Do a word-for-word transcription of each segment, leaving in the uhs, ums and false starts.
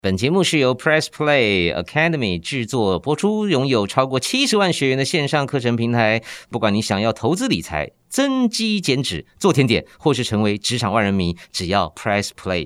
本节目是由 Press Play Academy 制作播出，拥有超过七十万学员的线上课程平台。不管你想要投资理财、增肌减脂、做甜点，或是成为职场万人迷，只要 Press Play。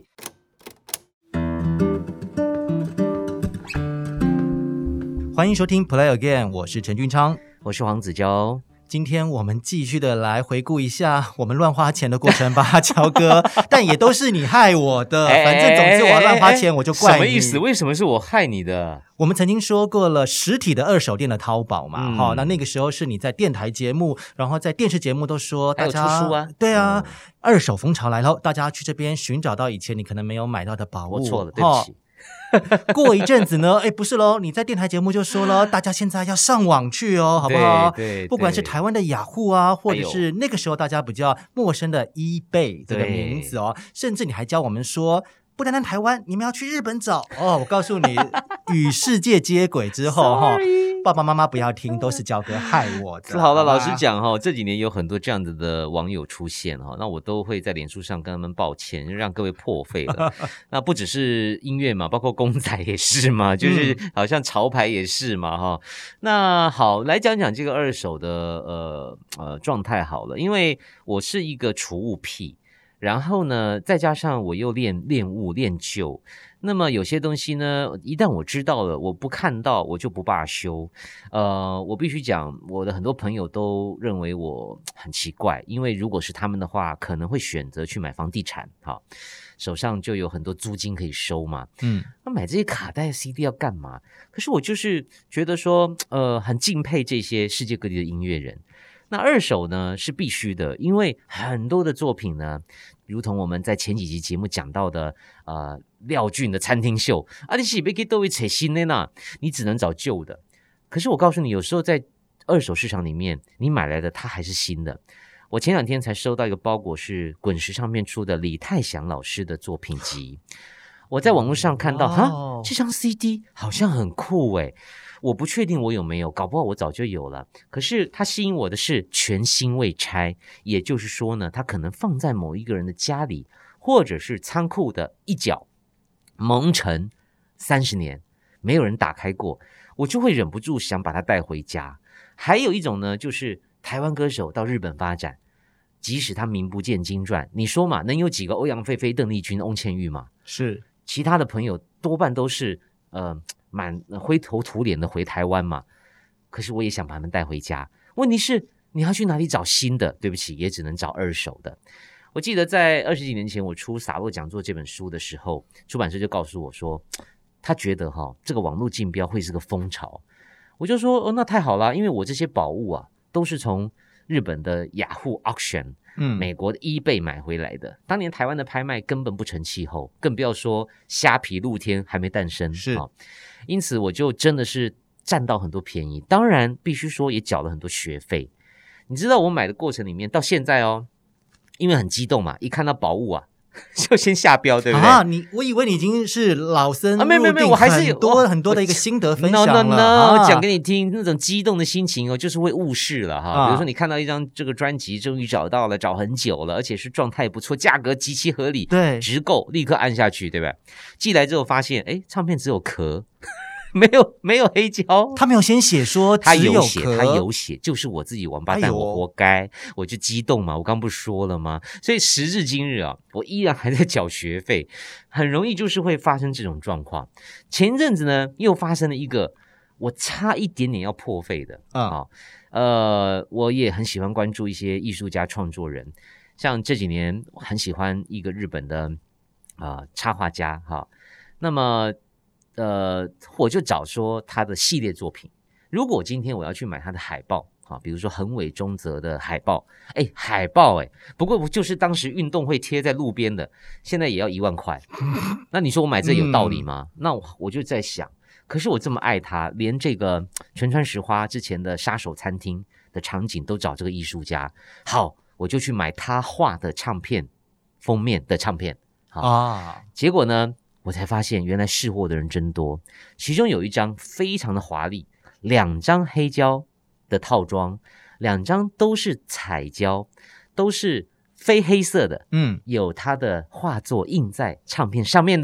欢迎收听 Play Again， 我是陈俊昌， 我是黄子佼。 今天我们继续的来回顾一下我们乱花钱的过程吧，乔哥，但也都是你害我的，反正总之我乱花钱我就怪你。 什么意思？为什么是我害你的？ 我们曾经说过了实体的二手店的淘宝嘛，嗯哦、那那个时候是你在电台节目，然后在电视节目都说大家还有出书啊， 对啊、嗯，二手风潮来了，大家去这边寻找到以前你可能没有买到的宝物。 我错了，对不起。哦过一阵子呢，哎，不是咯，你在电台节目就说了，大家现在要上网去哦，好不好？ 对对对， 不管是台湾的雅虎啊，或者是那个时候大家比较陌生的 eBay 这个名字哦，甚至你还教我们说，不单单台湾，你们要去日本找哦。我告诉你，与世界接轨之后哈，爸爸妈妈不要听，都是焦哥害我的。 好了，老实讲哈，这几年有很多这样子的网友出现哈，那我都会在脸书上跟他们抱歉，让各位破费了。那不只是音乐嘛，包括公仔也是嘛，就是好像潮牌也是嘛哈。那好，来讲讲这个二手的呃呃状态好了，因为我是一个储物癖。然后呢，再加上我又练练物练旧，那么有些东西呢，一旦我知道了，我不看到我就不罢休。呃，我必须讲，我的很多朋友都认为我很奇怪，因为如果是他们的话，可能会选择去买房地产，哈，手上就有很多租金可以收嘛。嗯，那买这些卡带 C D 要干嘛？可是我就是觉得说，呃，很敬佩这些世界各地的音乐人。那二手呢是必须的，因为很多的作品呢，如同我们在前几集节目讲到的，呃，廖俊的餐厅秀，啊，你是别给都会扯新的呢，你只能找旧的。可是我告诉你，有时候在二手市场里面，你买来的它还是新的。我前两天才收到一个包裹，是滚石唱片出的李泰祥老师的作品集。我在网络上看到，哈、哦，这张 C D 好像很酷诶。我不确定我有没有，搞不好我早就有了。可是它吸引我的是全新未拆，也就是说呢，它可能放在某一个人的家里，或者是仓库的一角，蒙尘三十年，没有人打开过，我就会忍不住想把它带回家。还有一种呢，就是台湾歌手到日本发展，即使他名不见经传，你说嘛，能有几个欧阳菲菲、邓丽君、翁倩玉嘛？ 是， 其他的朋友多半都是呃。满灰头土脸的回台湾嘛，可是我也想把他们带回家。问题是你要去哪里找新的？对不起，也只能找二手的。我记得在二十几年前我出《洒落讲座》这本书的时候，出版社就告诉我说，他觉得哈这个网络竞标会是个风潮。我就说哦，那太好了，因为我这些宝物啊都是从日本的雅虎 auction。嗯，美国的 eBay 买回来的，当年台湾的拍卖根本不成气候，更不要说虾皮露天还没诞生， 是、哦， 因此我就真的是占到很多便宜，当然必须说也缴了很多学费。你知道我买的过程里面到现在哦，因为很激动嘛，一看到宝物啊就先下标，对不对？ 啊，你我以为你已经是老僧入定，啊， 没有没有没有，我还是有很多很多的一个心得分享了。 No no no， 我讲给你听，那种激动的心情哦，就是会误事了哈。啊、比如说你看到一张这个专辑，终于找到了，找很久了，而且是状态不错，价格极其合理， 对， 直购，立刻按下去，对不对？寄来之后发现，哎，唱片只有壳。没有没有黑胶， 他没有先写说他有有写，他有写，就是我自己王八蛋，我活该，我就激动嘛，我刚不是说了吗？所以时至今日啊，我依然还在缴学费，很容易就是会发生这种状况。前阵子呢，又发生了一个我差一点点要破费的啊、嗯，呃，我也很喜欢关注一些艺术家创作人，像这几年我很喜欢一个日本的啊、呃、插画家哈，那么。呃，我就找说他的系列作品。如果今天我要去买他的海报啊，比如说横尾中则的海报，哎，海报哎，不过就是当时运动会贴在路边的，现在也要一万块。那你说我买这有道理吗？嗯、那我我就在想，可是我这么爱他，连这个全川石花之前的杀手餐厅的场景都找这个艺术家，好，我就去买他画的唱片封面的唱片啊。结果呢？我才发现原来试货的人真多，其中有一张非常的华丽，两张黑胶的套装，两张都是彩胶，都是非黑色的，嗯，有他的画作印在唱片上面的，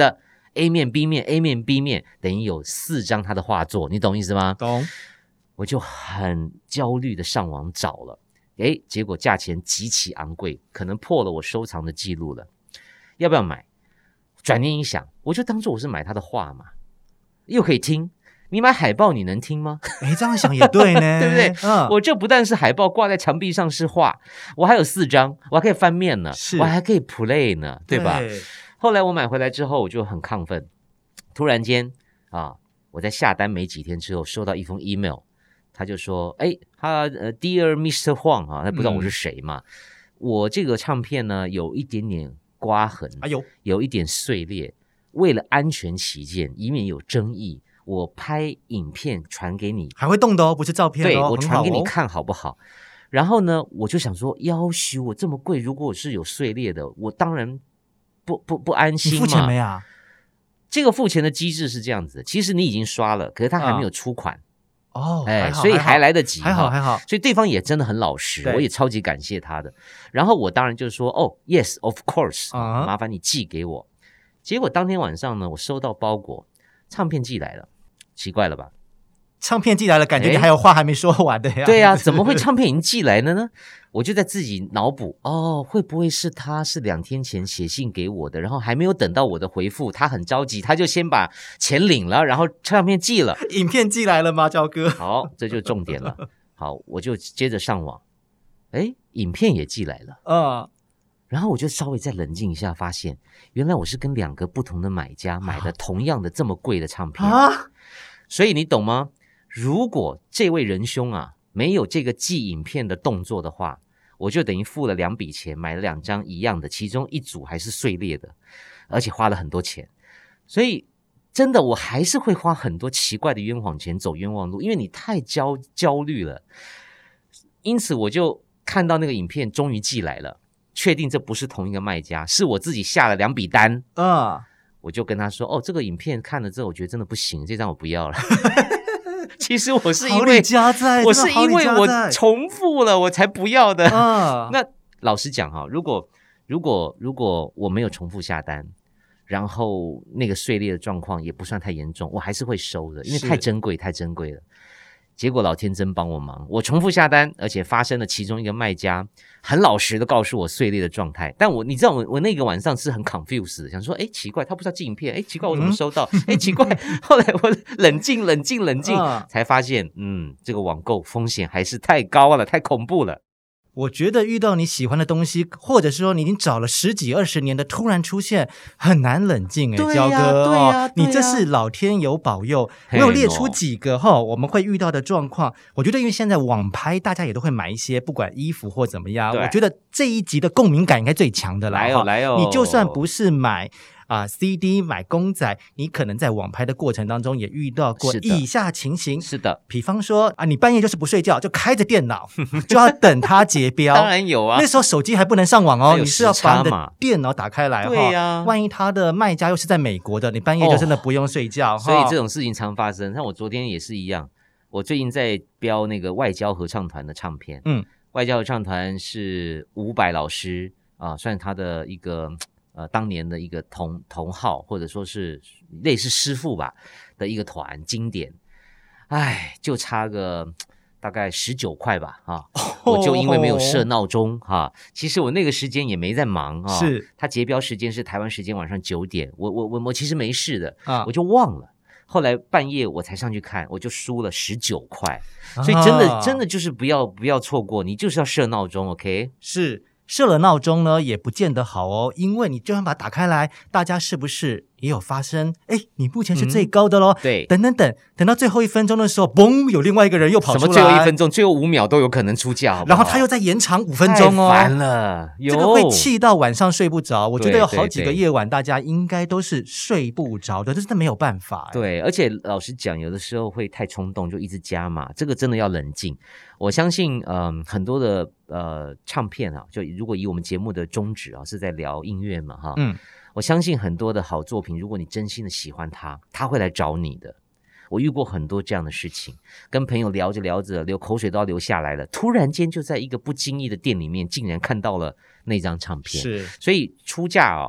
A 面 B 面 A 面 B 面，等于有四张他的画作，你懂意思吗？ 懂。 我就很焦虑的上网找了，诶，结果价钱极其昂贵，可能破了我收藏的记录了。要不要买？转念一想，我就当做我是买他的画嘛，又可以听。你买海报你能听吗？ 哎，这样想也对呢， 对不对？ 嗯， 我这不但是海报挂在墙壁上是画，我还有四张，我还可以翻面呢，我还可以 play 呢，对吧？对。后来我买回来之后，我就很亢奋。突然间啊，我在下单没几天之后，收到一封 email， 他就说：“哎，他呃 ，Dear Mister Huang 啊，他不知道我是谁嘛。嗯、我这个唱片呢，有一点点刮痕，哎呦，有一点碎裂。为了安全起见，以免有争议。”我拍影片传给你， 还会动的哦，不是照片哦。 对，我传给你看好不好？哦、然后呢，我就想说，要求我这么贵，如果我是有碎裂的，我当然不不不安心嘛。 你付钱没啊？ 这个付钱的机制是这样子，其实你已经刷了，可是他还没有出款。 啊、哦， 哎，所以还来得及， 还好还好。 所以对方也真的很老实，我也超级感谢他的。然后我当然就是说，哦 ，yes of course，、uh-huh. 麻烦你寄给我。结果当天晚上呢，我收到包裹，唱片寄来了。奇怪了吧？ 唱片寄来了，感觉你还有话还没说完的呀。 对呀、啊，怎么会唱片已经寄来了呢？我就在自己脑补，哦，会不会是他是两天前写信给我的，然后还没有等到我的回复，他很着急，他就先把钱领了，然后唱片寄了， 影片寄来了吗，焦哥？ 好，这就重点了。好，我就接着上网，哎，影片也寄来了，嗯。然后我就稍微再冷静一下，发现原来我是跟两个不同的买家买的同样的这么贵的唱片啊，所以你懂吗？如果这位仁兄啊没有这个寄影片的动作的话，我就等于付了两笔钱，买了两张一样的，其中一组还是碎裂的，而且花了很多钱，所以真的我还是会花很多奇怪的冤枉钱，走冤枉路，因为你太焦焦虑了。因此我就看到那个影片终于寄来了。确定这不是同一个卖家，是我自己下了两笔单啊、uh. 我就跟他说，哦，这个影片看了之后我觉得真的不行，这张我不要了。其实我是因为我是因为我重复了我才不要的、uh. 那老实讲哈，如果如果如果我没有重复下单，然后那个碎裂的状况也不算太严重，我还是会收的，因为太珍贵太珍贵了。结果老天真帮我忙，我重复下单，而且发生了其中一个卖家很老实的告诉我碎裂的状态，但我你知道我我那个晚上是很 confused 的，想说哎奇怪他不是要寄影片，哎奇怪我怎么收到，哎、嗯、奇怪，后来我冷静冷静冷静、嗯、才发现嗯这个网购风险还是太高了，太恐怖了。 我觉得遇到你喜欢的东西，或者是说你已经找了十几二十年的突然出现，很难冷静哎，焦哥， 对呀、 哦，你这是老天有保佑。我有列出几个哈、哦，我们会遇到的状况。我觉得因为现在网拍大家也都会买一些，不管衣服或怎么样，我觉得这一集的共鸣感应该最强的啦。 来哦来哦， 你就算不是买。啊 ，C D 买公仔，你可能在网拍的过程当中也遇到过以下情形。 是的， 比方说啊，你半夜就是不睡觉，就开着电脑，就要等它结标。 当然有啊， 那时候手机还不能上网哦，你是要把你的电脑打开来哈。 对呀、啊， 万一他的卖家又是在美国的，你半夜就真的不用睡觉。哦、 所以这种事情常发生。像我昨天也是一样，我最近在标那个外交合唱团的唱片。嗯，外交合唱团是伍佰老师啊，算他的一个。呃，当年的一个同同号或者说是类似师父吧的一个团经典，哎，就差个大概十九块吧啊，哦、我就因为没有设闹钟哈、啊，其实我那个时间也没在忙啊， 是， 他结标时间是台湾时间晚上九点，我我我我其实没事的啊，我就忘了，后来半夜我才上去看，我就输了十九块，所以真的、啊、真的就是不要不要错过，你就是要设闹钟 ，OK？ 是。设了闹钟呢也不见得好哦，因为你就算把它打开来，大家是不是也有发生哎，你目前是最高的咯、嗯、 对， 等等等等到最后一分钟的时候，嘣，有另外一个人又跑出来， 什么最后一分钟，最后五秒都有可能出价好不好， 然后他又再延长五分钟哦， 太烦了， 这个会气到晚上睡不着。我觉得有好几个夜晚大家应该都是睡不着的，这真的没有办法。 对，而且老实讲，有的时候会太冲动，就一直加码，这个真的要冷静。我相信嗯、呃，很多的呃唱片啊，就如果以我们节目的宗旨啊是在聊音乐嘛哈，嗯，我相信很多的好作品，如果你真心的喜欢它，他会来找你的。我遇过很多这样的事情，跟朋友聊着聊着，流口水都要流下来了，突然间就在一个不经意的店里面，竟然看到了那张唱片。 是， 所以出价啊、哦，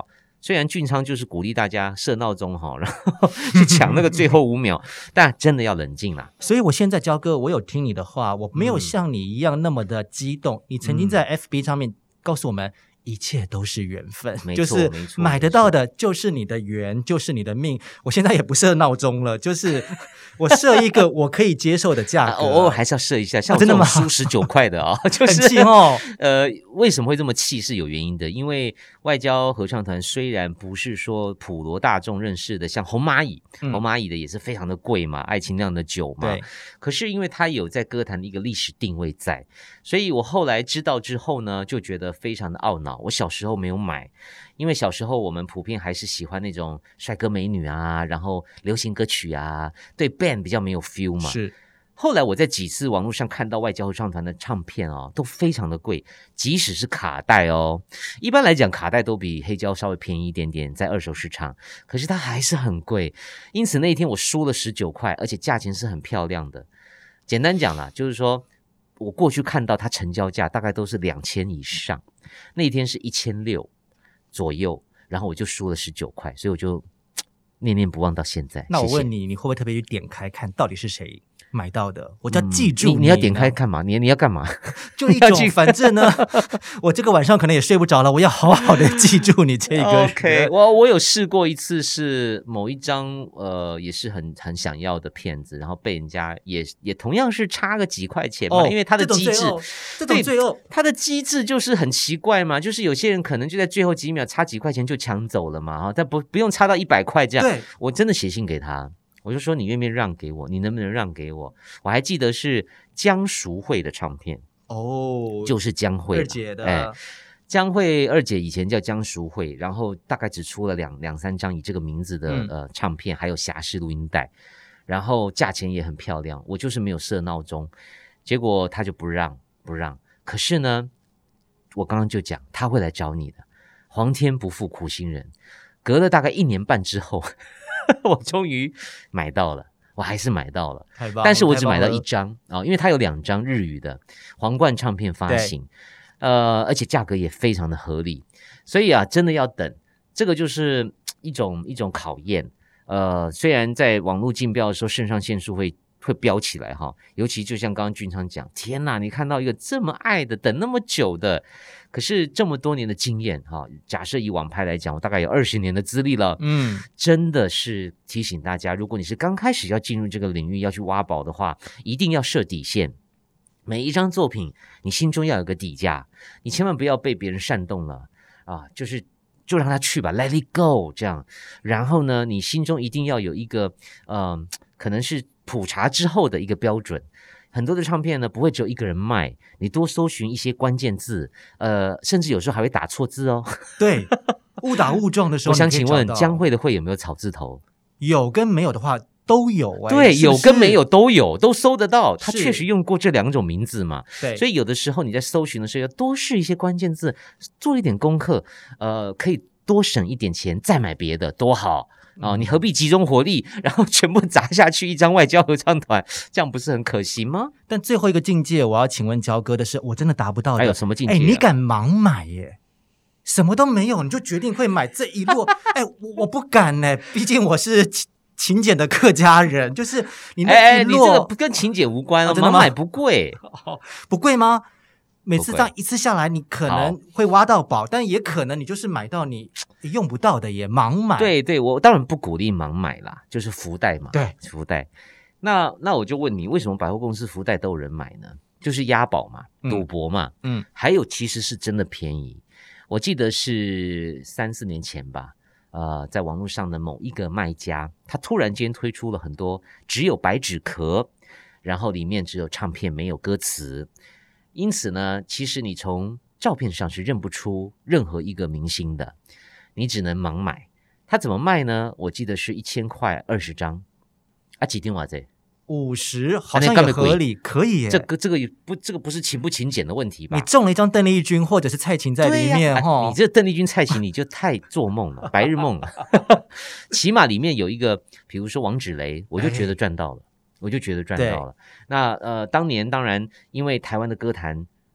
虽然俊昌就是鼓励大家设闹钟哈，然后去抢那个最后五秒，但真的要冷静啦。 所以我现在焦哥，我有听你的话，我没有像你一样那么的激动。嗯、你曾经在 F B 上面告诉我们。一切都是缘分，就是买得到的就是你的缘，就是你的命。我现在也不设闹钟了，就是我设一个我可以接受的价格， 啊、偶尔还是要设一下。像我这种输十九块的啊、哦，就是很气哦。 呃，为什么会这么气是有原因的，因为外交合唱团虽然不是说普罗大众认识的，像红蚂蚁，嗯、红蚂蚁的也是非常的贵嘛，爱情酿的酒嘛。 对。 可是因为它有在歌坛的一个历史定位在，所以我后来知道之后呢，就觉得非常的懊恼。我小时候没有买，因为小时候我们普遍还是喜欢那种帅哥美女啊，然后流行歌曲啊，对 band 比较没有 feel 嘛。 是。 后来我在几次网络上看到外交合唱团的唱片哦，都非常的贵，即使是卡带哦。一般来讲，卡带都比黑胶稍微便宜一点点，在二手市场，可是它还是很贵。因此那一天我输了十九块，而且价钱是很漂亮的。简单讲啦，就是说我过去看到它成交价大概都是两千以上，那一天是一千六左右，然后我就输了十九块，所以我就念念不忘到现在。 那我问你，谢谢你会不会特别去点开看到底是谁买到的？我就要记住你,、嗯、你, 你要点开看嘛？你你要干嘛？ 就一种反正呢，我这个晚上可能也睡不着了，我要好好的记住你这个。 OK， 我我有试过一次，是某一张呃也是很很想要的片子，然后被人家也也同样是差个几块钱嘛，哦、因为它的机制， 这种罪恶， 它的机制就是很奇怪嘛，就是有些人可能就在最后几秒差几块钱就抢走了嘛，哈，但不不用差到一百块这样。 对， 我真的写信给他。我就说你愿不愿意让给我，你能不能让给我？我还记得是江淑慧的唱片哦， 就是江蕙二姐的， 哎，江蕙二姐以前叫江淑慧，然后大概只出了两两三张以这个名字的、嗯、呃唱片，还有侠士录音带，然后价钱也很漂亮，我就是没有设闹钟，结果他就不让不让，可是呢，我刚刚就讲他会来找你的，皇天不负苦心人，隔了大概一年半之后。我终于买到了，我还是买到了，但是我只买到一张啊、哦，因为它有两张日语的皇冠唱片发行，呃，而且价格也非常的合理，所以啊，真的要等，这个就是一种一种考验。呃，虽然在网络竞标的时候，肾上腺素会会飙起来哈，尤其就像刚刚俊昌讲，天哪，你看到一个这么爱的，等那么久的。可是这么多年的经验哈，假设以网拍来讲，我大概有二十年的资历了，嗯，真的是提醒大家，如果你是刚开始要进入这个领域要去挖宝的话，一定要设底线。每一张作品，你心中要有个底价，你千万不要被别人煽动了啊，就是就让他去吧 ，Let it go 这样。然后呢，你心中一定要有一个呃，可能是普查之后的一个标准。很多的唱片呢，不会只有一个人卖，你多搜寻一些关键字，呃，甚至有时候还会打错字哦。 对，误打误撞的时候， 我想请问江蕙的蕙有没有草字头？ 有跟没有的话都有、欸， 对， 是是有跟没有都有，都搜得到。他确实用过这两种名字嘛， 对， 所以有的时候你在搜寻的时候要多试一些关键字，做一点功课，呃，可以多省一点钱，再买别的，多好。哦，你何必集中火力，然后全部砸下去一张外交合唱团，这样不是很可惜吗？ 但最后一个境界，我要请问焦哥的是，我真的达不到的。 还有什么境界、啊？ 哎，你敢盲买耶？什么都没有，你就决定会买这一摞？哎，我我不敢呢，毕竟我是勤勤俭的客家人。就是你那一摞， 你这个跟勤俭无关哦， 真的吗？ 盲买不贵、 哦，不贵吗？每次这样一次下来，你可能会挖到宝，但也可能你就是买到你用不到的也盲买。 对对，我当然不鼓励盲买啦，就是福袋嘛。 对， 福袋。那那我就问你，为什么百货公司福袋都有人买呢？就是押宝嘛，赌博嘛。嗯，还有其实是真的便宜。我记得是三四年前吧，呃，在网络上的某一个卖家，他突然间推出了很多只有白纸壳，然后里面只有唱片没有歌词。因此呢，其实你从照片上是认不出任何一个明星的，你只能盲买。他怎么卖呢？我记得是一千块二十张，啊，几丁瓦这？ 五十，好像也合理，可以耶。 这个这个不，这个不是勤不勤俭的问题吧？ 你中了一张邓丽君或者是蔡琴在里面哈、 啊，你这邓丽君、蔡琴你就太做梦了，白日梦了。起码里面有一个，比如说王芷蕾，我就觉得赚到了。哎我就觉得赚到了。那呃，当年当然因为台湾的歌坛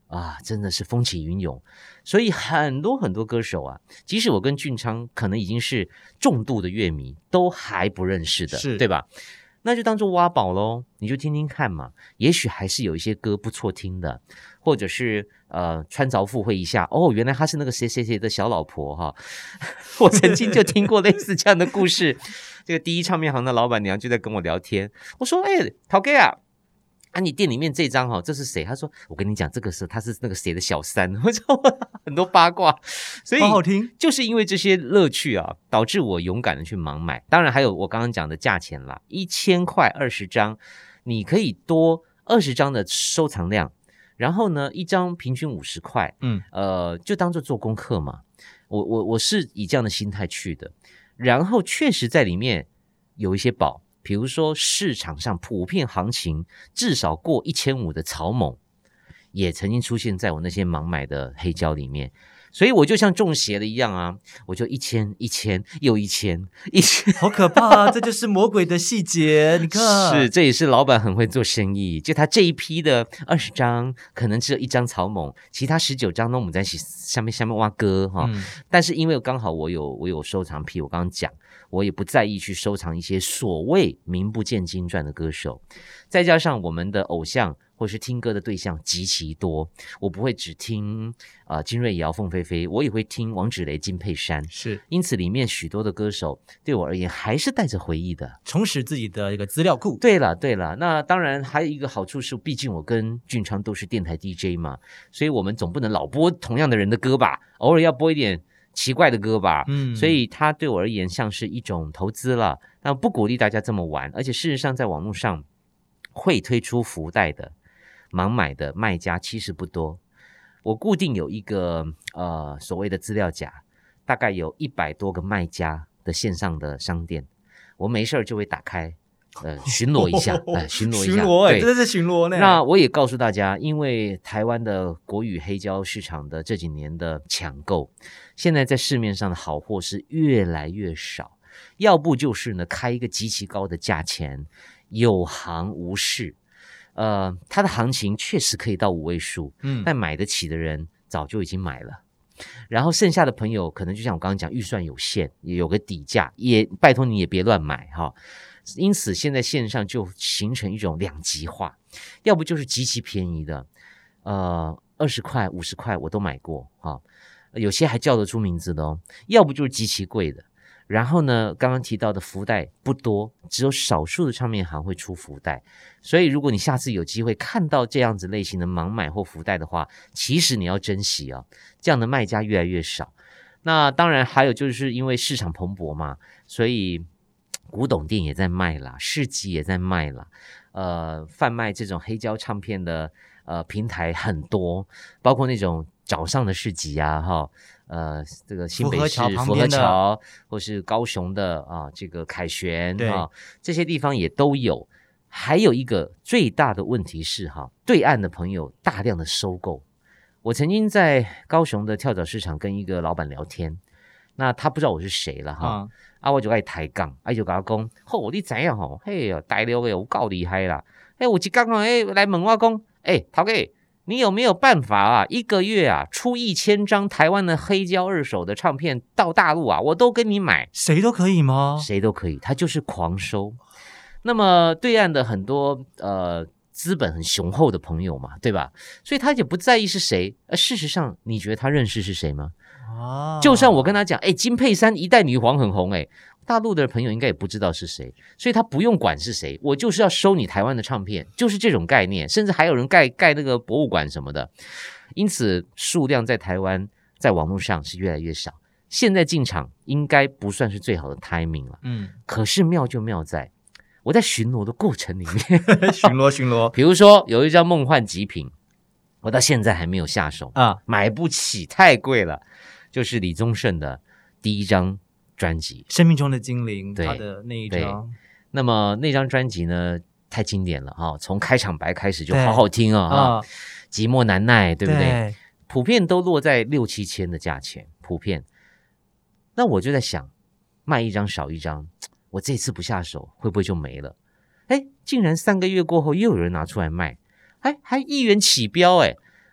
啊，真的是风起云涌。所以很多很多歌手啊，即使我跟俊昌可能已经是重度的乐迷，都还不认识的， 是对吧？那就当做挖宝咯，你就听听看嘛，也许还是有一些歌不错听的，或者是呃穿凿附会一下，哦，原来她是那个谁谁谁的小老婆哈。我曾经就听过类似这样的故事，这个第一唱片行的老板娘就在跟我聊天，我说哎，陶哥啊。啊，你店里面这张哈，这是谁？他说：“我跟你讲，这个是他是那个谁的小三。”我说很多八卦，所以好好听。 就是因为这些乐趣啊，导致我勇敢的去盲买。当然还有我刚刚讲的价钱啦，一千块二十张，你可以多二十张的收藏量，然后呢，一张平均五十块，嗯，呃，就当做做功课嘛。我我我是以这样的心态去的，然后确实在里面有一些宝。比如说市场上普遍行情至少过一千五的草蜢，也曾经出现在我那些盲买的黑胶里面，所以我就像中邪了一样啊，我就一千一千又一千一千， 好可怕啊！这就是魔鬼的细节，你看， 是，这也是老板很会做生意，就他这一批的二十张，可能只有一张草蜢，其他十九张都我们在下面下面挖歌哈、嗯。但是因为刚好我有我有收藏癖，我刚刚讲。我也不在意去收藏一些所谓名不见经传的歌手，再加上我们的偶像或是听歌的对象极其多，我不会只听呃金瑞瑶、凤飞飞，我也会听王芷蕾、金佩珊， 是， 因此里面许多的歌手对我而言还是带着回忆的， 充实自己的一个资料库。 对了对了，那当然还有一个好处是，毕竟我跟俊昌都是电台 D J 嘛，所以我们总不能老播同样的人的歌吧，偶尔要播一点奇怪的歌吧，嗯，所以它对我而言像是一种投资了，但不鼓励大家这么玩，而且事实上在网络上会推出福袋的盲买的卖家其实不多，我固定有一个呃所谓的资料夹，大概有一百多个卖家的线上的商店，我没事就会打开呃，巡逻一下，呃、巡逻一下， 巡逻、欸，真的是巡逻呢。 那我也告诉大家，因为台湾的国语黑胶市场的这几年的抢购，现在在市面上的好货是越来越少，要不就是呢开一个极其高的价钱，有行无市。呃，它的行情确实可以到五位数，嗯，但买得起的人早就已经买了。然后剩下的朋友可能就像我刚刚讲，预算有限，也有个底价，也拜托你也别乱买哈。因此现在线上就形成一种两极化，要不就是极其便宜的，呃，二十块、五十块我都买过哈，有些还叫得出名字的哦。要不就是极其贵的。然后呢，刚刚提到的福袋不多，只有少数的唱片行会出福袋，所以如果你下次有机会看到这样子类型的盲买或福袋的话，其实你要珍惜啊，这样的卖家越来越少。那当然还有就是因为市场蓬勃嘛，所以古董店也在卖啦，市集也在卖啦，呃，贩卖这种黑胶唱片的呃平台很多，包括那种早上的市集啊，哈，呃，这个新北市福和桥，或是高雄的啊，这个凯旋啊，这些地方也都有。还有一个最大的问题是哈，对岸的朋友大量的收购。我曾经在高雄的跳蚤市场跟一个老板聊天，那他不知道我是谁了哈。嗯啊，我就爱抬杠，啊就跟他讲，吼，你知影吼，嘿哟，大陆的有够厉害啦！哎，有一天哦，哎，来问我讲，哎，陶哥，你有没有办法啊？一个月啊，出一千张台湾的黑胶二手的唱片到大陆啊，我都跟你买。 谁都可以吗？ 谁都可以，他就是狂收。那么对岸的很多呃资本很雄厚的朋友嘛，对吧？所以他也不在意是谁。而事实上，你觉得他认识是谁吗？啊、就算我跟他讲，哎，金佩珊一代女皇很红，哎，大陆的朋友应该也不知道是谁，所以他不用管是谁，我就是要收你台湾的唱片，就是这种概念，甚至还有人盖盖那个博物馆什么的，因此数量在台湾在网络上是越来越少，现在进场应该不算是最好的 timing 了，嗯，可是妙就妙在我在巡逻的过程里面巡逻巡逻， 比如说有一张梦幻极品，我到现在还没有下手啊，买不起，太贵了。就是李宗盛的第一张专辑 《生命中的精灵》，他的那一张。 那么那张专辑呢，太经典了哈、哦，从开场白开始就好好听啊、哦，寂寞难耐，对不对？对，普遍都落在六七千的价钱，普遍。那我就在想，卖一张少一张，我这次不下手会不会就没了？哎，竟然三个月过后又有人拿出来卖，还还一元起标哎！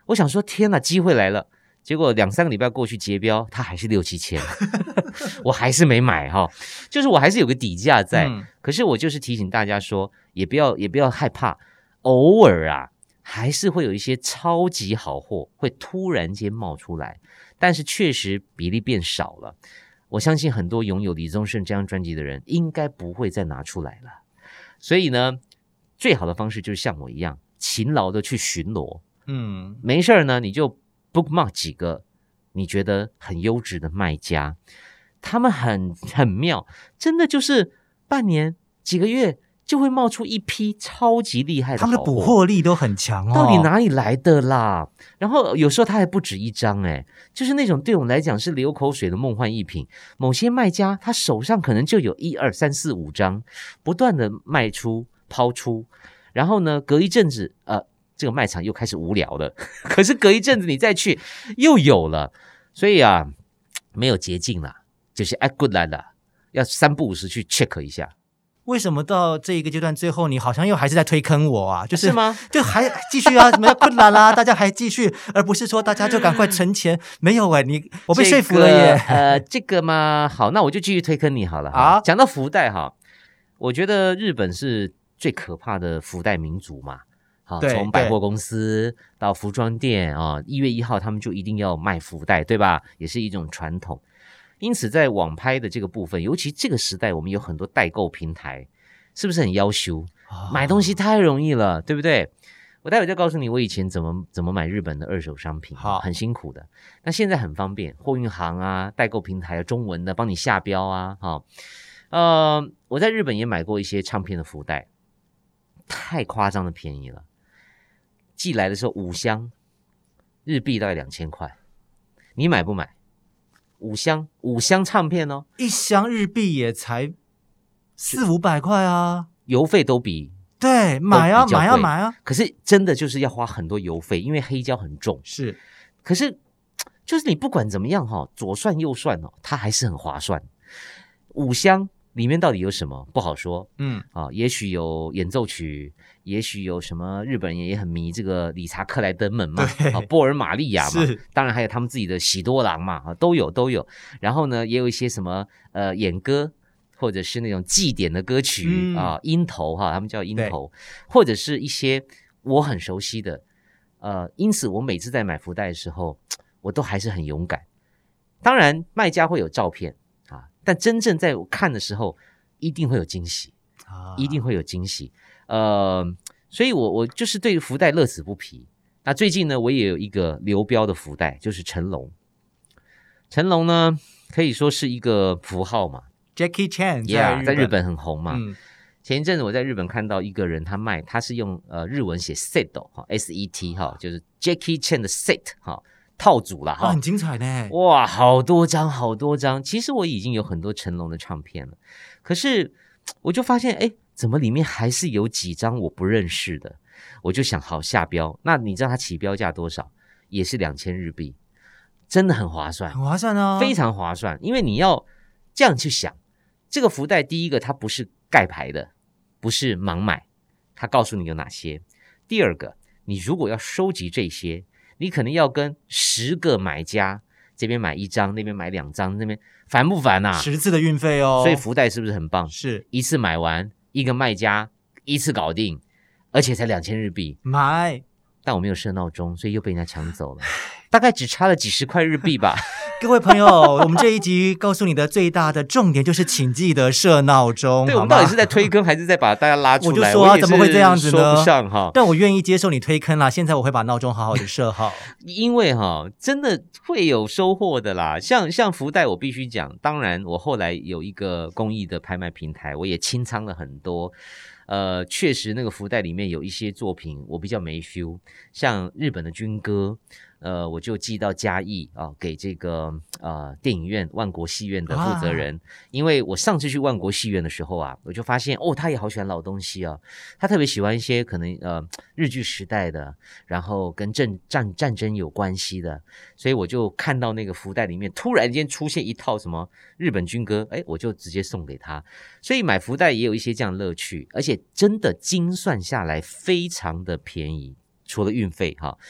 我想说天哪，机会来了。结果两三个礼拜过去结标，它还是六七千，我还是没买哈，就是我还是有个底价在、嗯。可是我就是提醒大家说，也不要也不要害怕，偶尔啊，还是会有一些超级好货会突然间冒出来，但是确实比例变少了。我相信很多拥有李宗盛这张专辑的人，应该不会再拿出来了。所以呢，最好的方式就是像我一样，勤劳的去巡逻。嗯，没事儿呢，你就bookmark 几个你觉得很优质的卖家，他们很很妙，真的就是半年几个月就会冒出一批超级厉害的好货， 他们的捕获力都很强哦， 到底哪里来的啦？然后有时候他还不止一张哎，就是那种对我们来讲是流口水的梦幻逸品。某些卖家他手上可能就有一二三四五张，不断的卖出抛出，然后呢，隔一阵子呃。这个卖场又开始无聊了，可是隔一阵子你再去又有了，所以啊，没有捷径啦，就是哎 good 来了，要三不五时去 check 一下。 为什么到这一个阶段最后你好像又还是在推坑我啊？就是、 是吗？ 就还继续啊，什么要 good 啦啦，大家还继续，而不是说大家就赶快存钱。没有哎、欸，你我被说服了耶。 这个、呃，这个嘛，好，那我就继续推坑你好了哈。讲到福袋哈，我觉得日本是最可怕的福袋民族嘛。好，从百货公司到服装店啊，一月一号他们就一定要卖福袋，对吧？也是一种传统。因此，在网拍的这个部分，尤其这个时代，我们有很多代购平台，是不是很要求？哦、买东西太容易了，对不对？我待会再告诉你，我以前怎么怎么买日本的二手商品，好，很辛苦的。那现在很方便，货运行啊，代购平台啊，中文的帮你下标啊，好，呃，我在日本也买过一些唱片的福袋，太夸张的便宜了。寄来的时候五箱日币大概两千块，你买不买？五箱五箱唱片哦， 一箱日币也才四五百块啊， 邮费都比对买啊买啊买啊， 可是真的就是要花很多邮费，因为黑胶很重。 是， 可是就是你不管怎么样哈、哦，左算右算哦，它还是很划算。五箱里面到底有什么不好说，嗯啊，也许有演奏曲，也许有什么日本人也很迷这个理查克莱登们嘛，啊，波尔玛利亚嘛，当然还有他们自己的喜多郎嘛，啊，都有都有。然后呢，也有一些什么呃演歌，或者是那种祭典的歌曲、嗯、啊，鹰头哈，他们叫鹰头，或者是一些我很熟悉的，呃，因此我每次在买福袋的时候，我都还是很勇敢。当然，卖家会有照片。但真正在我看的时候，一定会有惊喜，啊、一定会有惊喜。呃，所以我我就是对福袋乐此不疲。那最近呢，我也有一个流标的福袋，就是成龙。成龙呢，可以说是一个符号嘛 ，Jackie Chan 在, yeah, 在日本很红嘛。嗯、前一阵子我在日本看到一个人，他卖，他是用呃日文写 set 哈 ，S E T 哈，就是 Jackie Chan 的 set 哈。套组啦， 哈、哦，很精彩呢！ 哇，好多张，好多张。其实我已经有很多成龙的唱片了，可是我就发现，哎，怎么里面还是有几张我不认识的？我就想，好下标。那你知道它起标价多少？也是两千日币，真的很划算， 很划算哦， 非常划算。因为你要这样去想，这个福袋，第一个它不是盖牌的，不是盲买，它告诉你有哪些。第二个，你如果要收集这些。你可能要跟十个买家这边买一张，那边买两张，那边烦不烦啊？ 十次的运费哦， 所以福袋是不是很棒？ 是一次买完，一个卖家一次搞定，而且才两千日币买。 但我没有设闹钟，所以又被人家抢走了，大概只差了几十块日币吧。 各位朋友，我们这一集告诉你的最大的重点就是，请记得设闹钟。 对，我们到底是在推坑，还是在把大家拉出来？ 我就说、啊、怎么会这样子呢？ 说不上哈， 但我愿意接受你推坑啦。现在我会把闹钟好好的设好， 因为哈，真的会有收获的啦。像像福袋，我必须讲，当然我后来有一个公益的拍卖平台，我也清仓了很多。呃，确实那个福袋里面有一些作品我比较没 feel， 像日本的军歌，呃，我就寄到嘉义啊、呃，给这个呃电影院万国戏院的负责人，因为我上次去万国戏院的时候啊，我就发现哦，他也好喜欢老东西啊，他特别喜欢一些可能呃日据时代的，然后跟战战战争有关系的，所以我就看到那个福袋里面突然间出现一套什么日本军歌，哎，我就直接送给他，所以买福袋也有一些这样的乐趣，而且真的精算下来非常的便宜，除了运费哈。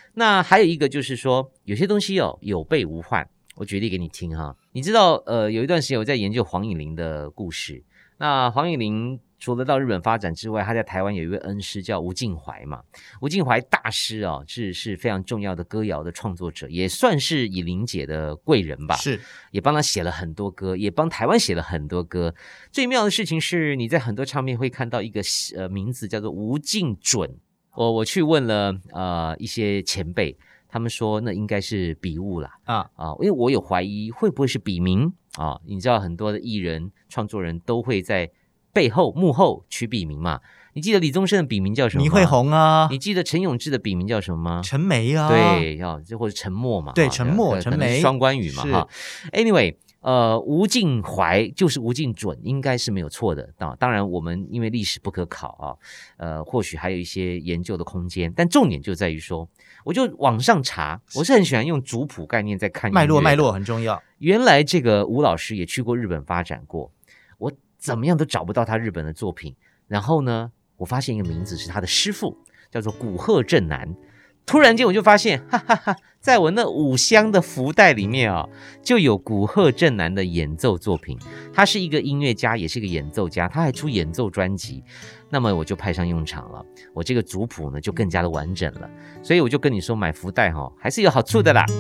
那还有一个就是说，有些东西哦有备无患。我举例给你听哈，你知道呃有一段时间我在研究黄颖玲的故事。那黄颖玲除了到日本发展之外，他在台湾有一位恩师叫吴敬怀嘛。吴敬怀大师啊、哦，是是非常重要的歌谣的创作者，也算是以玲姐的贵人吧。 是， 也帮他写了很多歌，也帮台湾写了很多歌。最妙的事情是，你在很多唱片会看到一个呃名字叫做吴敬准。我我去问了呃一些前辈，他们说那应该是笔误啦啊啊，因为我有怀疑会不会是笔名啊？你知道很多的艺人创作人都会在背后幕后取笔名嘛？你记得李宗盛的笔名叫什么吗？ 倪慧红啊。 你记得陈永志的笔名叫什么吗？ 陈梅啊。 对，要或者陈默嘛。 对，陈默、陈梅， 双关语嘛哈。Anyway。呃，吴敬怀就是吴敬准，应该是没有错的。啊、当然，我们因为历史不可考啊，呃，或许还有一些研究的空间。但重点就在于说，我就往上查，我是很喜欢用族谱概念在看音乐的， 脉络，脉络很重要。 原来这个吴老师也去过日本发展过，我怎么样都找不到他日本的作品。然后呢，我发现一个名字是他的师父，叫做古贺正男。突然间我就发现，哈哈哈，在我那五箱的福袋里面啊、哦，就有古贺正男的演奏作品。他是一个音乐家，也是一个演奏家，他还出演奏专辑。那么我就派上用场了，我这个族谱呢就更加的完整了。所以我就跟你说，买福袋哈、哦、还是有好处的啦。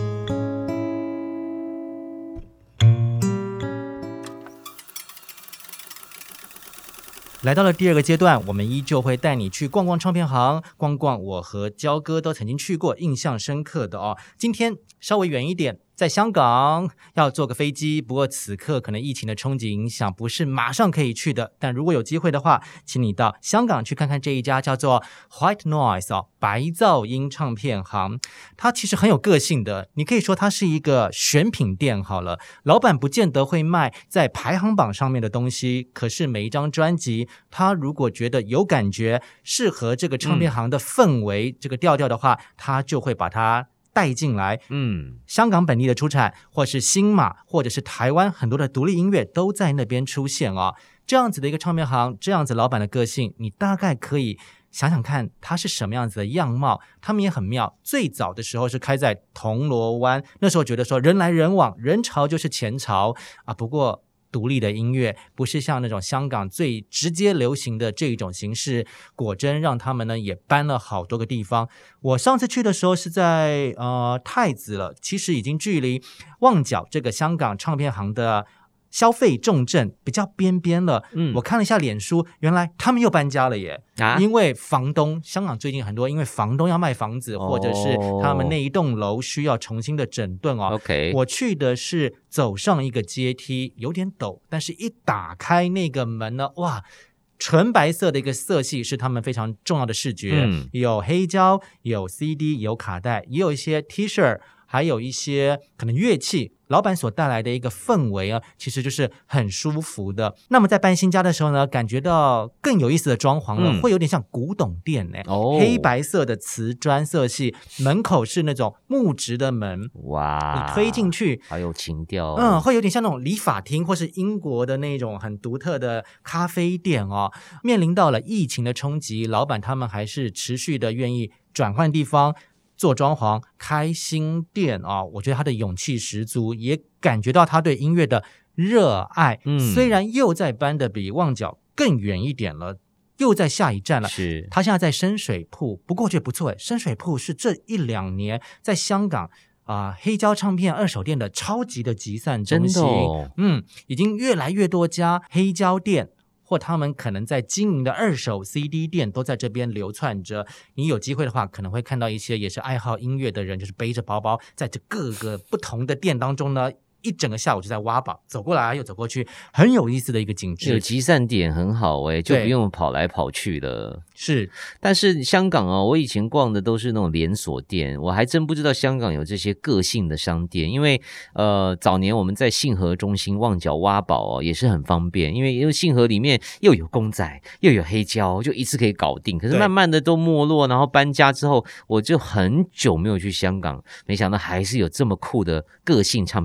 来到了第二个阶段，我们依旧会带你去逛逛唱片行，逛逛我和焦哥都曾经去过印象深刻的哦。今天稍微远一点，在香港要坐个飞机，不过此刻可能疫情的冲击影响不是马上可以去的，但如果有机会的话，请你到香港去看看这一家叫做 White Noise 哦，白噪音唱片行。它其实很有个性的，你可以说它是一个选品店好了，老板不见得会卖在排行榜上面的东西，可是每一张专辑他如果觉得有感觉，适合这个唱片行的氛围、嗯、这个调调的话，他就会把它带进来。嗯，香港本地的出产，或是新马，或者是台湾很多的独立音乐都在那边出现哦。这样子的一个唱片行，这样子老板的个性，你大概可以想想看他是什么样子的样貌。他们也很妙，最早的时候是开在铜锣湾，那时候觉得说人来人往，人潮就是钱潮啊。不过独立的音乐不是像那种香港最直接流行的这种形式，果真让他们呢也搬了好多个地方。我上次去的时候是在呃太子了，其实已经距离旺角这个香港唱片行的消费重镇比较边边了。嗯，我看了一下脸书，原来他们又搬家了耶。啊，因为房东，香港最近很多因为房东要卖房子，哦，或者是他们那一栋楼需要重新的整顿哦。OK， 我去的是走上一个阶梯，有点陡，但是一打开那个门呢，哇，纯白色的一个色系是他们非常重要的视觉。嗯，有黑胶，有 C D， 有卡带，也有一些 T 恤，还有一些可能乐器。老板所带来的一个氛围啊，其实就是很舒服的。那么在搬新家的时候呢，感觉到更有意思的装潢了，嗯，会有点像古董店呢。哦，黑白色的瓷砖色系，门口是那种木质的门，哇，你推进去好有情调，哦， 嗯，会有点像那种理发厅或是英国的那种很独特的咖啡店哦。面临到了疫情的冲击，老板他们还是持续的愿意转换地方。做装潢开新店啊，我觉得他的勇气十足，也感觉到他对音乐的热爱。嗯，虽然又在搬的比旺角更远一点了，又在下一站了。是，他现在在深水埗，不过我觉得不错诶，深水埗是这一两年在香港啊，呃、黑胶唱片二手店的超级的集散中心。真的哦，嗯，已经越来越多家黑胶店。或他们可能在经营的二手 C D 店都在这边流窜着，你有机会的话可能会看到一些也是爱好音乐的人，就是背着包包在这各个不同的店当中呢，一整个下午就在挖宝，走过来又走过去，很有意思的一个景致。 有集散点很好诶，就不用跑来跑去了。 是， 但是香港哦，我以前逛的都是那种连锁店，我还真不知道香港有这些个性的商店。因为呃，早年我们在信和中心旺角挖宝哦，也是很方便，因为因为信和里面又有公仔又有黑胶，就一次可以搞定。可是慢慢的都没落，然后搬家之后，我就很久没有去香港，没想到还是有这么酷的个性唱片行。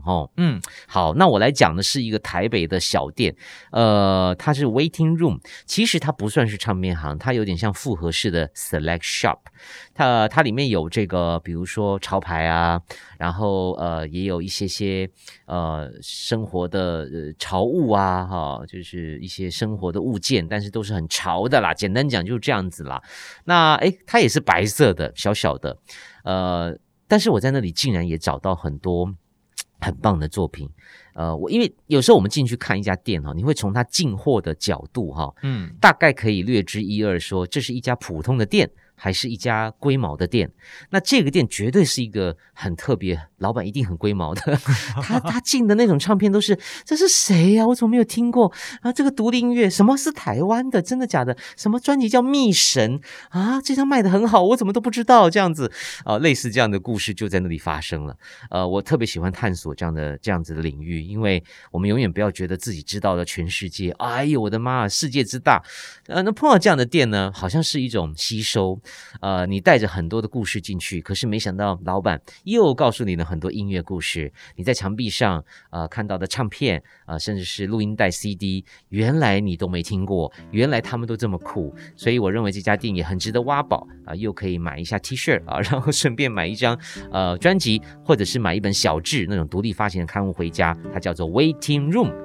哦。嗯，好，那我来讲的是一个台北的小店，呃，它是 Waiting Room， 其实它不算是唱片行，它有点像复合式的 Select Shop， 它它里面有这个，比如说潮牌啊，然后呃也有一些些呃生活的、呃、潮物啊，哈、哦，就是一些生活的物件，但是都是很潮的啦，简单讲就是这样子啦。那诶，它也是白色的，小小的，呃，但是我在那里竟然也找到很多很棒的作品。呃，我因为有时候我们进去看一家店哈，你会从它进货的角度哈，嗯，大概可以略知一二，说这是一家普通的店，还是一家龟毛的店。那这个店绝对是一个很特别，老板一定很龟毛的。他他进的那种唱片都是，这是谁呀、啊？我怎么没有听过啊？这个独立音乐什么是台湾的？真的假的？什么专辑叫密神啊？这张卖得很好，我怎么都不知道？这样子啊，类似这样的故事就在那里发生了。呃，我特别喜欢探索这样的这样子的领域，因为我们永远不要觉得自己知道了全世界。哎呦，我的妈，世界之大！呃，那碰到这样的店呢，好像是一种吸收。呃，你带着很多的故事进去，可是没想到老板又告诉你了很多音乐故事。你在墙壁上呃看到的唱片呃甚至是录音带 C D， 原来你都没听过，原来他们都这么酷。所以我认为这家店也很值得挖宝啊、呃，又可以买一下 T 恤啊，然后顺便买一张呃专辑，或者是买一本小志那种独立发行的刊物回家。它叫做 Waiting Room。